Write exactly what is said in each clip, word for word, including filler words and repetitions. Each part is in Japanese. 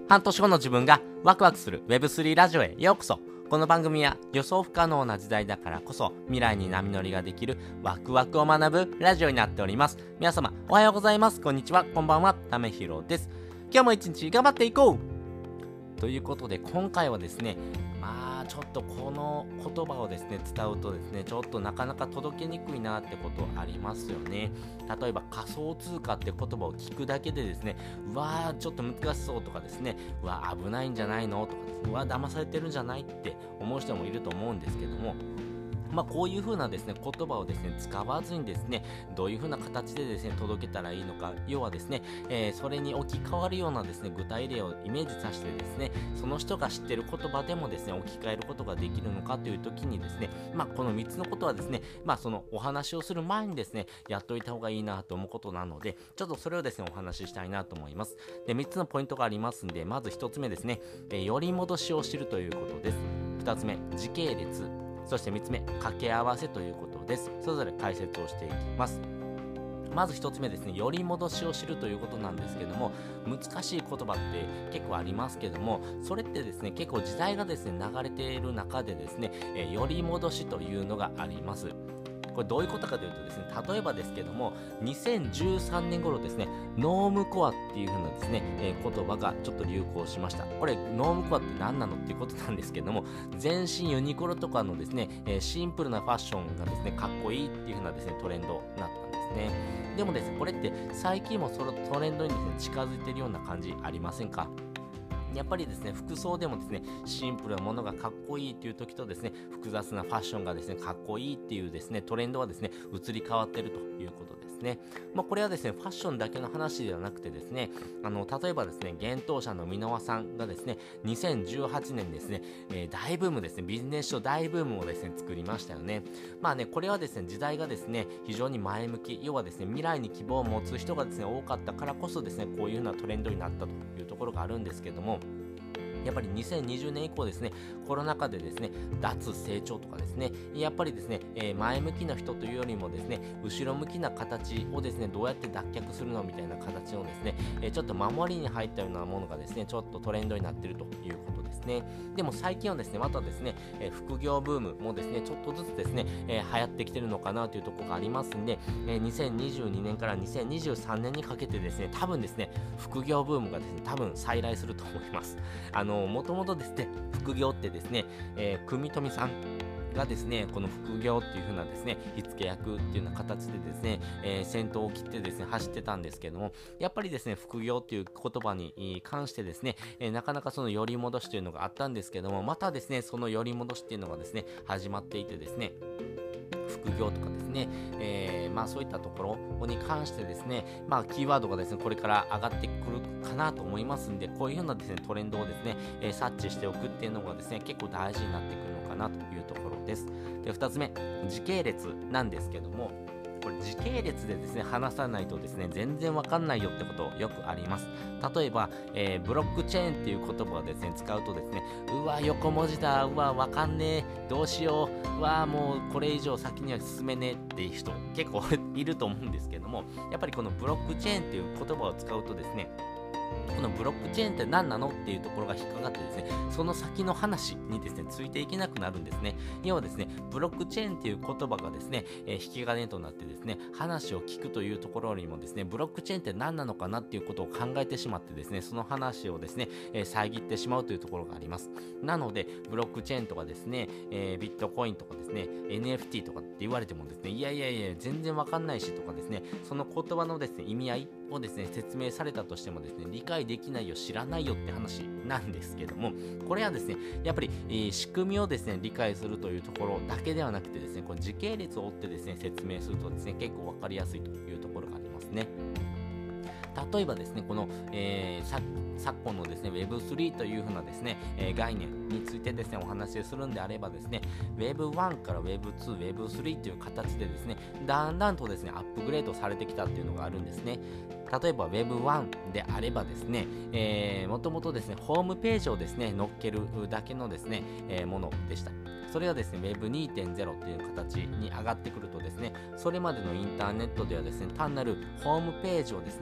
半年後の自分がワクワクする ウェブスリー ラジオへようこそ。この番組は予想不可能な時代だからこそ未来に波乗りができるワクワクを学ぶラジオになっております。皆様おはようございます、こんにちは、こんばんは、ためひろです。今日も一日頑張っていこうということで、今回はですね、まあちょっとこの言葉をですね伝うとですね、ちょっとなかなか届けにくいなってことありますよね。例えば仮想通貨って言葉を聞くだけでですね、うわーちょっと難しそうとかですね、うわー危ないんじゃないのとかですね、うわー騙されてるんじゃないって思う人もいると思うんですけども、まあこういう風なですね言葉をですね使わずにですね、どういう風な形でですね届けたらいいのか、要はですね、えー、それに置き換わるようなですね具体例をイメージさせてですね、その人が知っている言葉でもですね置き換えることができるのかという時にですね、まあこのみっつのことはですね、まあそのお話をする前にですねやっといた方がいいなと思うことなので、ちょっとそれをですねお話ししたいなと思います。で、みっつのポイントがありますんで、まずひとつめですね、えー、より戻しを知るということです。ふたつめ、時系列、そしてみっつめ、掛け合わせということです。それぞれ解説をしていきます。まずひとつめですね、より戻しを知るということなんですけども、難しい言葉って結構ありますけども、それってですね結構時代がですね流れている中でですね、えー、より戻しというのがあります。これどういうことかというとですね、例えばですけども、にせんじゅうさんねん頃ですね、ノームコアっていう風なですね、えー、言葉がちょっと流行しました。これノームコアって何なのっていうことなんですけども、全身ユニクロとかのですね、えー、シンプルなファッションがですねかっこいいっていう風なですねトレンドになったんですね。でもですね、これって最近もそのトレンドにですね近づいているような感じありませんか？やっぱりですね、服装でもですね、シンプルなものがかっこいいっていう時とですね、複雑なファッションがですね、かっこいいっていうですね、トレンドはですね、移り変わっているということですね。まあ、これはですね、ファッションだけの話ではなくてですね、あの、例えばですね、幻冬舎の箕輪さんがですね、にせんじゅうはちねんにですね、えー、大ブームですね、ビジネス書大ブームをですね、作りましたよね。まあね、これはですね、時代がですね、非常に前向き、要はですね、未来に希望を持つ人がですね、多かったからこそですね、こういうようなトレンドになったというところがあるんですけども、やっぱりにせんにじゅうねん以降ですね、コロナ禍でですね、脱成長とかですね、やっぱりですね、えー、前向きな人というよりもですね、後ろ向きな形をですね、どうやって脱却するのみたいな形をですね、えー、ちょっと守りに入ったようなものがですね、ちょっとトレンドになっているということですね。でも最近はですね、またですね、えー、副業ブームもですね、ちょっとずつですね、えー、流行ってきてるのかなというところがありますんで、えー、にせんにじゅうにねんからにせんにじゅうさんねんにかけてですね、多分ですね、副業ブームがですね、多分再来すると思います。あのもともとですね、副業ってですね、えー、組富さんがですね、この副業っていう風なですね、火付け役っていうような形でですね、えー、先頭を切ってですね、走ってたんですけども、やっぱりですね、副業っていう言葉に関してですね、えー、なかなかその寄り戻しというのがあったんですけども、またですね、その寄り戻しっていうのがですね、始まっていてですね、副業とかですね、えー、まあそういったところに関してですね、まあキーワードがですね、これから上がってくるかなと思いますんで、こういうようなですね、トレンドをですね、えー、察知しておくっていうのがですね、結構大事になってくるのかなというところです。で、二つ目、時系列なんですけども、これ時系列でですね話さないとですね全然わかんないよってことよくあります。例えば、えー、ブロックチェーンっていう言葉をですね使うとですね、うわ横文字だ、うわわかんねえ、どうしよう、うわもうこれ以上先には進めねえっていう人結構いると思うんですけども、やっぱりこのブロックチェーンっていう言葉を使うとですね、このブロックチェーンって何なのっていうところが引っかかってですね、その先の話にですねついていけなくなるんですね。要はですね、ブロックチェーンっていう言葉がですね、えー、引き金となってですね、話を聞くというところよりもですね、ブロックチェーンって何なのかなっていうことを考えてしまってですね、その話をですね、えー、遮ってしまうというところがあります。なのでブロックチェーンとかですね、えー、ビットコインとかですね、エヌエフティー とかって言われてもですね、いやいやいや全然わかんないしとかですね、その言葉のですね意味合いをですね説明されたとしてもですね、理解できないよ、知らないよって話なんですけども、これはですねやっぱり、えー、仕組みをですね理解するというところだけではなくてですね、この時系列を追ってですね説明するとですね結構わかりやすいというところがありますね。例えばですね、この、えー、昨今のですね ウェブスリー というふうなですね、えー、概念についてですねお話しするんであればですね、 ウェブワン から ウェブツー、ウェブスリー という形でですねだんだんとですねアップグレードされてきたっていうのがあるんですね。例えば ウェブワン であればですね、えー、もともとですねホームページをですね載っけるだけのですね、えー、ものでした。それがですね ウェブにてんゼロ っていう形に上がってくるとですね、それまでのインターネットではですね単なるホームページをですね、え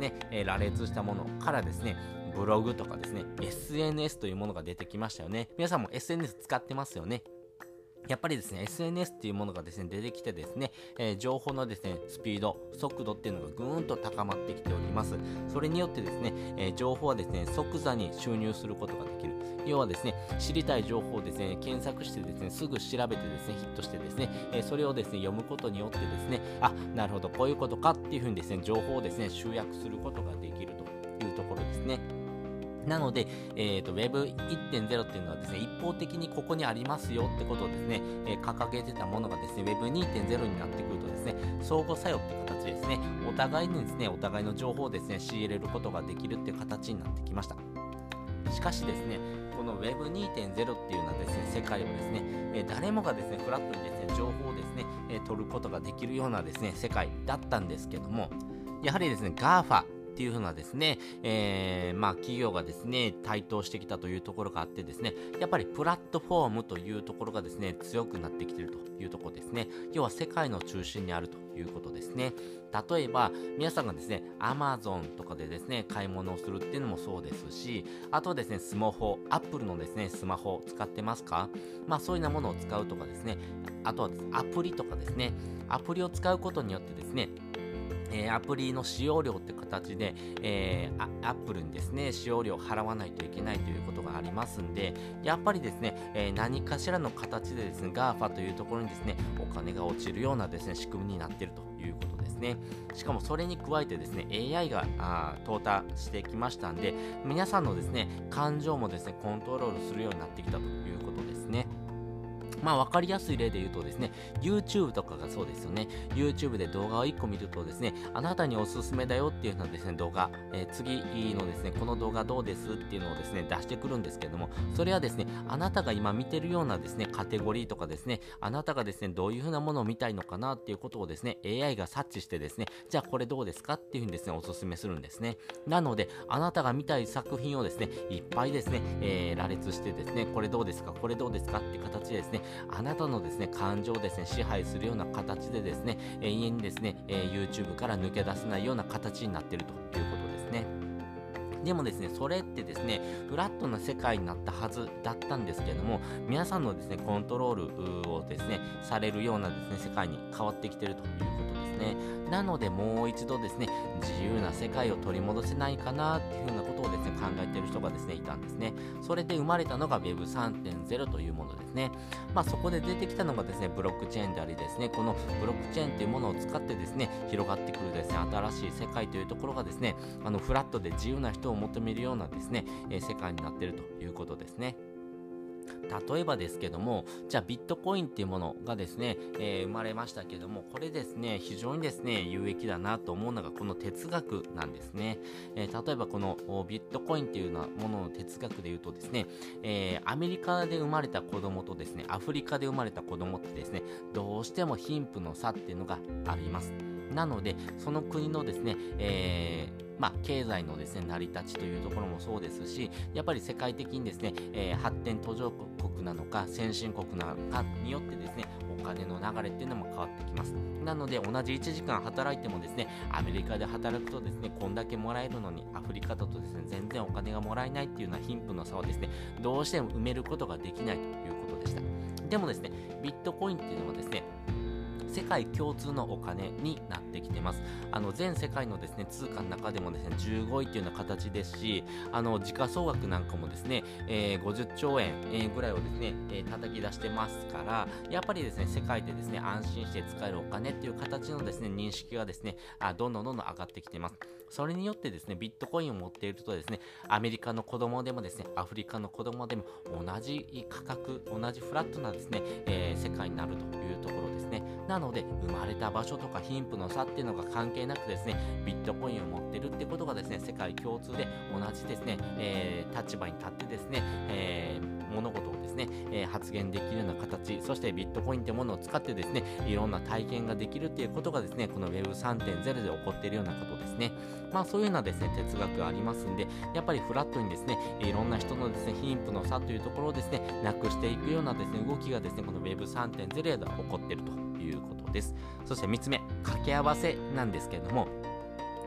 ー羅列したものからですね、ブログとかですね、エスエヌエス というものが出てきましたよね。皆さんも エスエヌエス 使ってますよね。やっぱりですね、エスエヌエス っていうものがですね、出てきてですね、えー、情報のですね、スピード、速度っていうのがぐーんと高まってきております。それによってですね、えー、情報はですね、即座に収入することができる。要はですね、知りたい情報をですね、検索してですね、すぐ調べてですね、ヒットしてですね、えー、それをですね、読むことによってですね、あ、なるほど、こういうことかっていうふうにですね、情報をですね、集約することができるというところですね。なので、えーと、ウェブいってんゼロ っていうのはですね、一方的にここにありますよってことをですね、えー、掲げてたものがですね、ウェブにてんゼロ になってくるとですね、相互作用っていう形ですね、お互いにですね、お互いの情報をですね、仕入れることができるっていう形になってきました。しかしですね、この ウェブにてんゼロ っていうのはですね、世界はですね、えー、誰もがですね、フラットにですね、情報をですね、えー、取ることができるようなですね、世界だったんですけども、やはりですね、ガーファっていう風なですね、えー、まあ企業がですね、台頭してきたというところがあってですね、やっぱりプラットフォームというところがですね、強くなってきているというところですね。要は世界の中心にあるということですね。例えば、皆さんがですね、Amazon とかでですね、買い物をするっていうのもそうですし、あとはですね、スマホ、Apple のですね、スマホを使ってますか？まあそういうようなものを使うとかですね、あとはアプリとかですね、アプリを使うことによってですね、えー、アプリの使用料って形で、えー、アップルにですね、使用料を払わないといけないということがありますんで、やっぱりですね、えー、何かしらの形でですね、ガーファ というところにですね、お金が落ちるようなですね、仕組みになっているということですね。しかもそれに加えてですね、エーアイ があ淘汰してきましたんで、皆さんのですね、感情もですね、コントロールするようになってきたということですね。まあ分かりやすい例で言うとですね、YouTube とかがそうですよね。YouTube で動画をいっこ見るとですね、あなたにおすすめだよっていうのはですね、動画、えー、次のですね、この動画どうですっていうのをですね、出してくるんですけども、それはですね、あなたが今見てるようなですね、カテゴリーとかですね、あなたがですね、どういう風なものを見たいのかなっていうことをですね、エーアイ が察知してですね、じゃあこれどうですかっていう風にですね、おすすめするんですね。なので、あなたが見たい作品をですね、いっぱいですね、えー、羅列してですね、これどうですか、これどうですかっていう形でですね、あなたのですね、感情をですね、支配するような形でですね、永遠にですね、えー、YouTube から抜け出せないような形になっているということですね。でもですね、それってですね、フラットな世界になったはずだったんですけれども、皆さんのですね、コントロールをですね、されるようなですね、世界に変わってきているということですね。なので、もう一度ですね、自由な世界を取り戻せないかなっていうふうなことをですね、考えている人がですね、いたんですね。それで生まれたのが ウェブさんてんゼロ というものですね。まあ、そこで出てきたのがですね、ブロックチェーンでありですね、このブロックチェーンというものを使ってですね、広がってくるですね、新しい世界というところがですね、あのフラットで自由な人を求めるようなですね、えー、世界になっているということですね。例えばですけども、じゃあビットコインっていうものがですね、えー、生まれましたけども、これですね、非常にですね、有益だなと思うのがこの哲学なんですね。えー、例えばこのビットコインっていうようなものの哲学で言うとですね、えー、アメリカで生まれた子供とですね、アフリカで生まれた子供ってですね、どうしても貧富の差っていうのがあります。なので、その国のですね、えーまあ、経済のですね、成り立ちというところもそうですし、やっぱり世界的にですね、えー、発展途上国なのか、先進国なのかによってですね、お金の流れっていうのも変わってきます。なので、同じいちじかん働いてもですね、アメリカで働くとですね、こんだけもらえるのに、アフリカだとですね、全然お金がもらえないっていうような貧富の差をですね、どうしても埋めることができないということでした。でもですね、ビットコインっていうのはですね、世界共通のお金になってきてます。あの全世界のですね通貨の中でもですねじゅうごいっていうような形ですし、あの時価総額なんかもですね、えー、ごじゅっちょうえん、えー、ぐらいをですね、えー、叩き出してますから、やっぱりですね世界でですね安心して使えるお金っていう形のですね認識がですねあどんどんどんどん上がってきてます。それによってですねビットコインを持っているとですねアメリカの子供でもですねアフリカの子供でも同じ価格同じフラットなですね、えー、世界になるというところですね。なので生まれた場所とか貧富の差っていうのが関係なくですねビットコインを持ってるってことがですね世界共通で同じですね、えー、立場に立ってですね、えー、物事をですね、えー、発言できるような形、そしてビットコインってものを使ってですねいろんな体験ができるっていうことがですねこの ウェブさんてんゼロ で起こっているようなことですね。まあそういうようなですね哲学がありますんで、やっぱりフラットにですねいろんな人のですね貧富の差というところをですねなくしていくようなですね動きがですねこの ウェブさんてんゼロ で起こっているということです。そしてみっつめ、掛け合わせなんですけれども、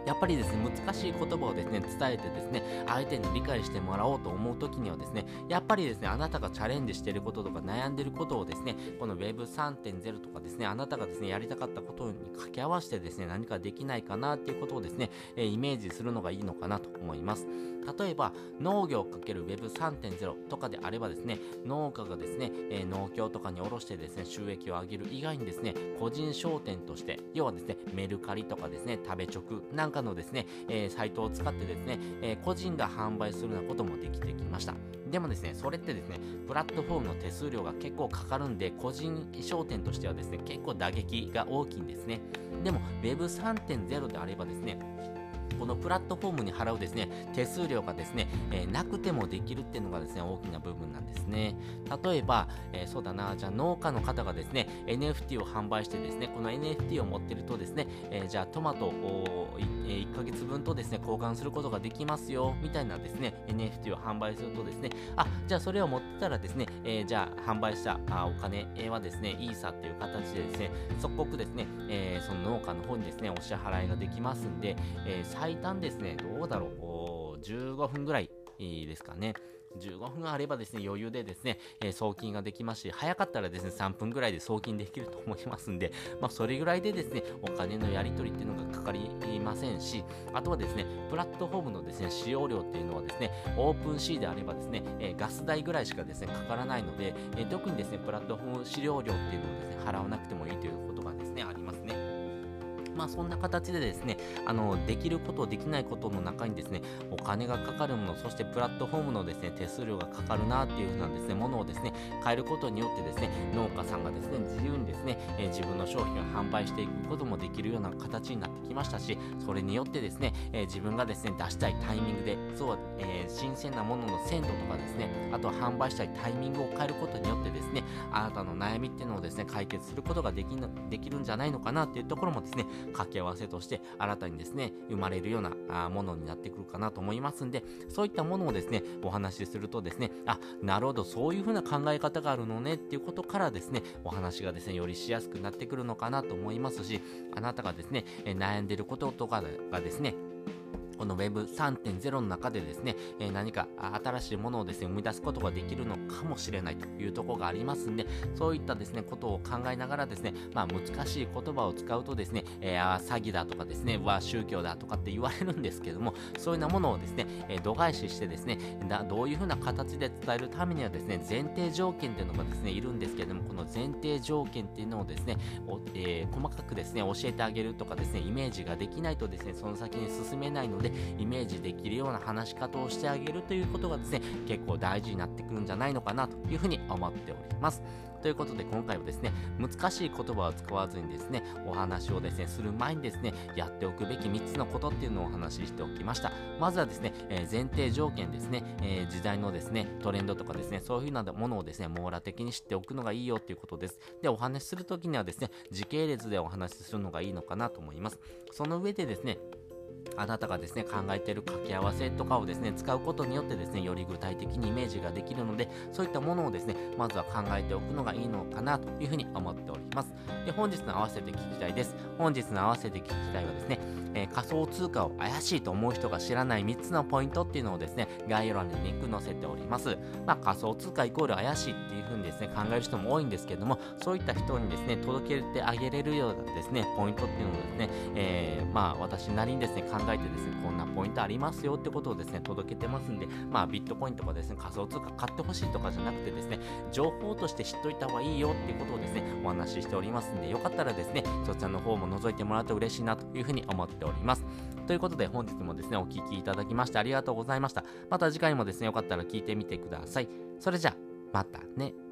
やっぱりですね、難しい言葉をですね、伝えてですね、相手に理解してもらおうと思うときにはですね、やっぱりですね、あなたがチャレンジしていることとか悩んでいることをですね、この ウェブさんてんゼロ とかですね、あなたがですね、やりたかったことに掛け合わせてですね、何かできないかなっていうことをですね、えーイメージするのがいいのかなと思います。例えば、農業 ×ウェブさんてんゼロ とかであればですね、農家がですね、えー農協とかに卸してですね、収益を上げる以外にですね、個人商店として、要はですね、メルカリとかですね、食べチョクなんかのですね、えーサイトを使ってですね、えー個人が販売するようなこともできてきました。でもですね、それってですね、プラットフォームの手数料が結構かかるんで、個人商店としてはですね、結構打撃が大きいんですね。でも ウェブさんてんゼロ であればですね、このプラットフォームに払うですね、手数料がですね、えーなくてもできるっていうのがですね、大きな部分なんですね。例えば、えーそうだな、じゃあ農家の方がですね、エヌエフティー を販売してですね、この エヌエフティー を持ってるとですね、えーじゃあトマトをいえーいっかげつぶんとですね、交換することができますよ、みたいなですね、エヌエフティー を販売するとですね、あ、じゃあそれを持ってたらですね、えーじゃあ販売したあお金はですね、イーサっていう形でですね、即刻ですね、えーその農家の方にですね、お支払いができますんで、えー最短ですね、どうだろう、おーじゅうごふんぐらいですかね。じゅうごふんあればですね、余裕でですね、えー送金ができますし、早かったらですね、さんぷんぐらいで送金できると思いますんで、まあ、それぐらいでですね、お金のやり取りっていうのがかかりませんし、あとはですね、プラットフォームのですね、使用料っていうのはですね、オープンシーであればですね、えーガス代ぐらいしかですね、かからないので、えー特にですね、プラットフォーム使用料っていうのをですね、払わなくてもいいということがですね、ありますね。まあそんな形でですね、あのできることできないことの中にですね、お金がかかるもの、そしてプラットフォームのですね、手数料がかかるなっていうふうなですね、ものをですね、変えることによってですね、農家さんがですね、自由にですね、えー自分の商品を販売していくこともできるような形になってきましたし、それによってですね、えー自分がですね、出したいタイミングで、そう、えー新鮮なものの鮮度とかですね、あとは販売したいタイミングを変えることによってですね、あなたの悩みっていうのをですね、解決することができなできるんじゃないのかなっていうところもですね、掛け合わせとして新たにですね、生まれるようなあものになってくるかなと思いますんで、そういったものをですね、お話しするとですね、あ、なるほど、そういう風な考え方があるのねっていうことからですね、お話がですね、よりしやすくなってくるのかなと思いますし、あなたがですね、えー悩んでることとかがですね、この ウェブさんてんゼロ の中でですね、えー何かあ新しいものをですね、生み出すことができるのかもしれないというところがありますんで、そういったですね、ことを考えながらですね、まあ難しい言葉を使うとですね、えーあー詐欺だとかですね、は宗教だとかって言われるんですけども、そういうようなものをですね、えー度外視してですね、だどういうふうな形で伝えるためにはですね、前提条件っていうのがですね、いるんですけれども、この前提条件っていうのをですね、おえー細かくですね、教えてあげるとかですね、イメージができないとですね、その先に進めないので、イメージできるような話し方をしてあげるということがですね、結構大事になってくるんじゃないのかなというふうに思っております。ということで今回はですね、難しい言葉を使わずにですね、お話をですね、する前にですね、やっておくべきみっつのことっていうのをお話ししておきました。まずはですね、えー前提条件ですね、えー時代のですね、トレンドとかですね、そういうふうなものをですね、網羅的に知っておくのがいいよっていうことです。で、お話しするときにはですね、時系列でお話しするのがいいのかなと思います。その上でですね、あなたがですね、考えている掛け合わせとかをですね、使うことによってですね、より具体的にイメージができるので、そういったものをですね、まずは考えておくのがいいのかなというふうに思っております。で、本日の合わせて聞きたいです。本日の合わせて聞きたいはですね、えー仮想通貨を怪しいと思う人が知らないみっつのポイントっていうのをですね、概要欄にリンク載せております。まあ、仮想通貨イコール怪しいっていうふうにですね、考える人も多いんですけども、そういった人にですね、届けてあげれるようなですね、ポイントっていうのをですね、えーまあ、私なりにですね、考えてですね、こんなポイントありますよってことをですね、届けてますんで、まあ、ビットコインとかですね、仮想通貨買ってほしいとかじゃなくてですね、情報として知っといた方がいいよっていうことをですね、お話ししておりますんで、よかったらですね、そちらの方も覗いてもらうと嬉しいなというふうに思っております。ということで、本日もですね、お聞きいただきましてありがとうございました。また次回もですね、よかったら聞いてみてください。それじゃあ、またね。